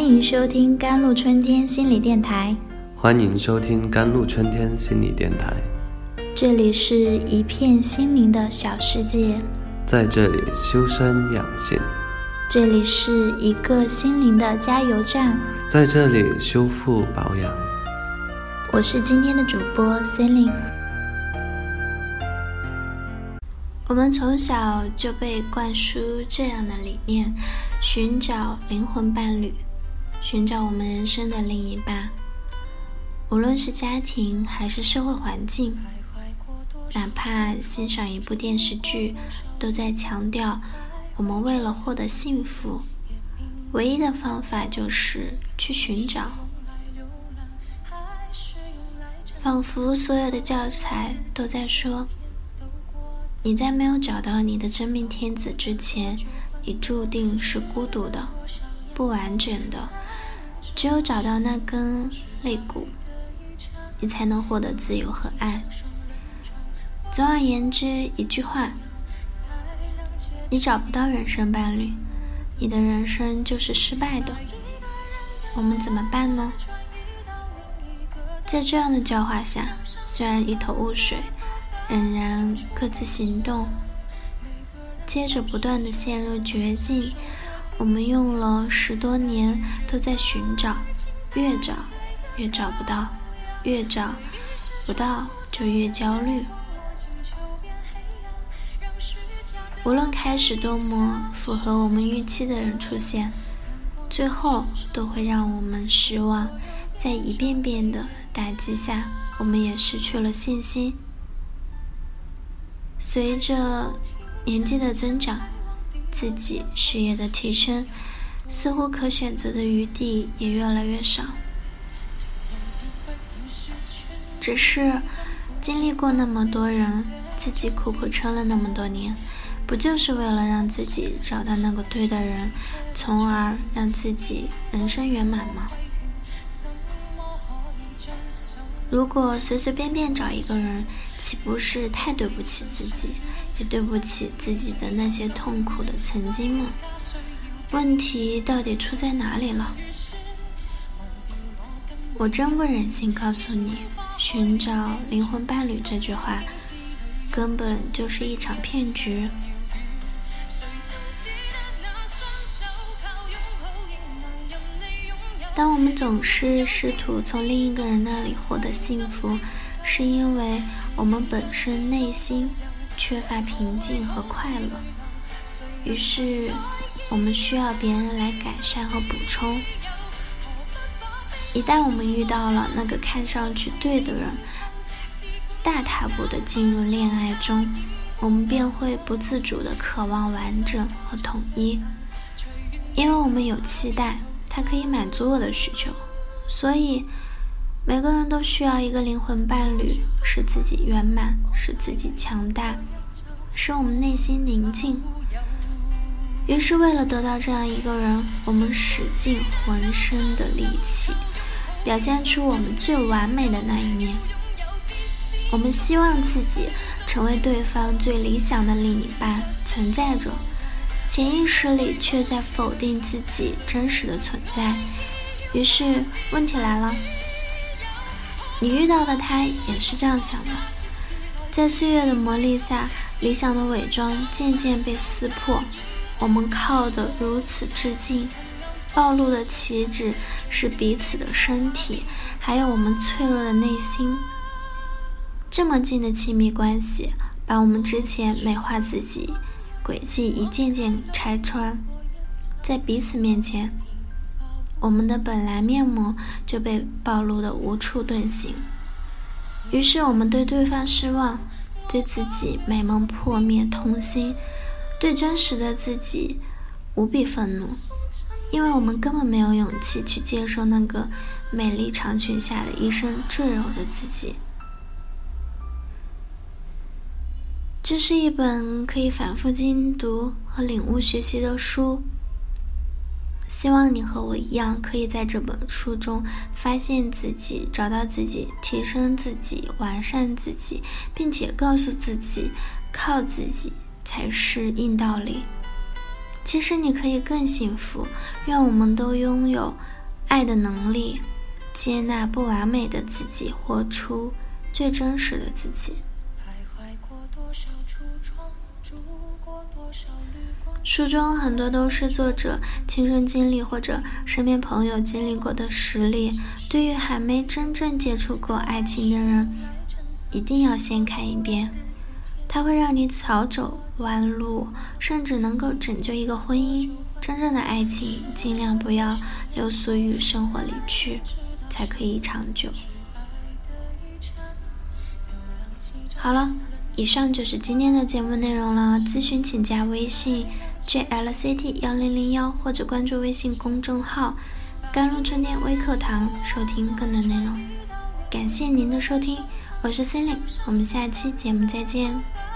欢迎收听甘露春天心理电台。 欢迎收听甘露春天心理电台。 这里是一片心灵的小世界， 在这里修身养性。 这里是一个心灵的加油站， 在这里修复保养。 我是今天的主播 Celine。 我们从小就被灌输这样的理念，寻找灵魂伴侣，寻找我们人生的另一半。无论是家庭还是社会环境，哪怕欣赏一部电视剧，都在强调我们为了获得幸福，唯一的方法就是去寻找。仿佛所有的教材都在说，你在没有找到你的真命天子之前，你注定是孤独的、不完整的。只有找到那根肋骨，你才能获得自由和爱。总而言之，一句话，你找不到人生伴侣，你的人生就是失败的。我们怎么办呢？在这样的教化下，虽然一头雾水，仍然各自行动，接着不断地陷入绝境。我们用了10多年都在寻找，越找越找不到，越找不到就越焦虑。无论开始多么符合我们预期的人出现，最后都会让我们失望。在一遍遍的打击下，我们也失去了信心。随着年纪的增长，自己事业的提升，似乎可选择的余地也越来越少。只是经历过那么多人，自己苦苦撑了那么多年，不就是为了让自己找到那个对的人，从而让自己人生圆满吗？如果随随便便找一个人，岂不是太对不起自己，也对不起自己的那些痛苦的曾经吗？问题到底出在哪里了？我真不忍心告诉你，寻找灵魂伴侣这句话根本就是一场骗局。当我们总是试图从另一个人那里获得幸福，是因为我们本身内心缺乏平静和快乐，于是我们需要别人来改善和补充。一旦我们遇到了那个看上去对的人，大踏步地进入恋爱中，我们便会不自主地渴望完整和统一，因为我们有期待它可以满足我的需求。所以每个人都需要一个灵魂伴侣，使自己圆满，使自己强大，使我们内心宁静。于是为了得到这样一个人，我们使尽浑身的力气，表现出我们最完美的那一面。我们希望自己成为对方最理想的另一半存在着，潜意识里却在否定自己真实的存在。于是问题来了，你遇到的他也是这样想的。在岁月的磨砺下，理想的伪装渐渐被撕破，我们靠得如此之近，暴露的岂止是彼此的身体，还有我们脆弱的内心。这么近的亲密关系，把我们之前美化自己轨迹一件件拆穿，在彼此面前，我们的本来面目就被暴露得无处遁形。于是我们对对方失望，对自己美梦破灭痛心，对真实的自己无比愤怒，因为我们根本没有勇气去接受那个美丽长裙下的一身赘肉的自己。这是一本可以反复精读和领悟学习的书，希望你和我一样，可以在这本书中发现自己，找到自己，提升自己，完善自己，并且告诉自己，靠自己才是硬道理。 其实你可以更幸福。愿我们都拥有爱的能力，接纳不完美的自己，活出最真实的自己。书中很多都是作者亲身经历或者身边朋友经历过的实例，对于还没真正接触过爱情的人，一定要先看一遍。它会让你少走弯路，甚至能够拯救一个婚姻。真正的爱情尽量不要流俗于生活里去，才可以长久。好了，以上就是今天的节目内容了。咨询请加微信 JLCT1001 或者关注微信公众号甘露春天微课堂收听更多内容。感谢您的收听，我是 Celine， 我们下期节目再见。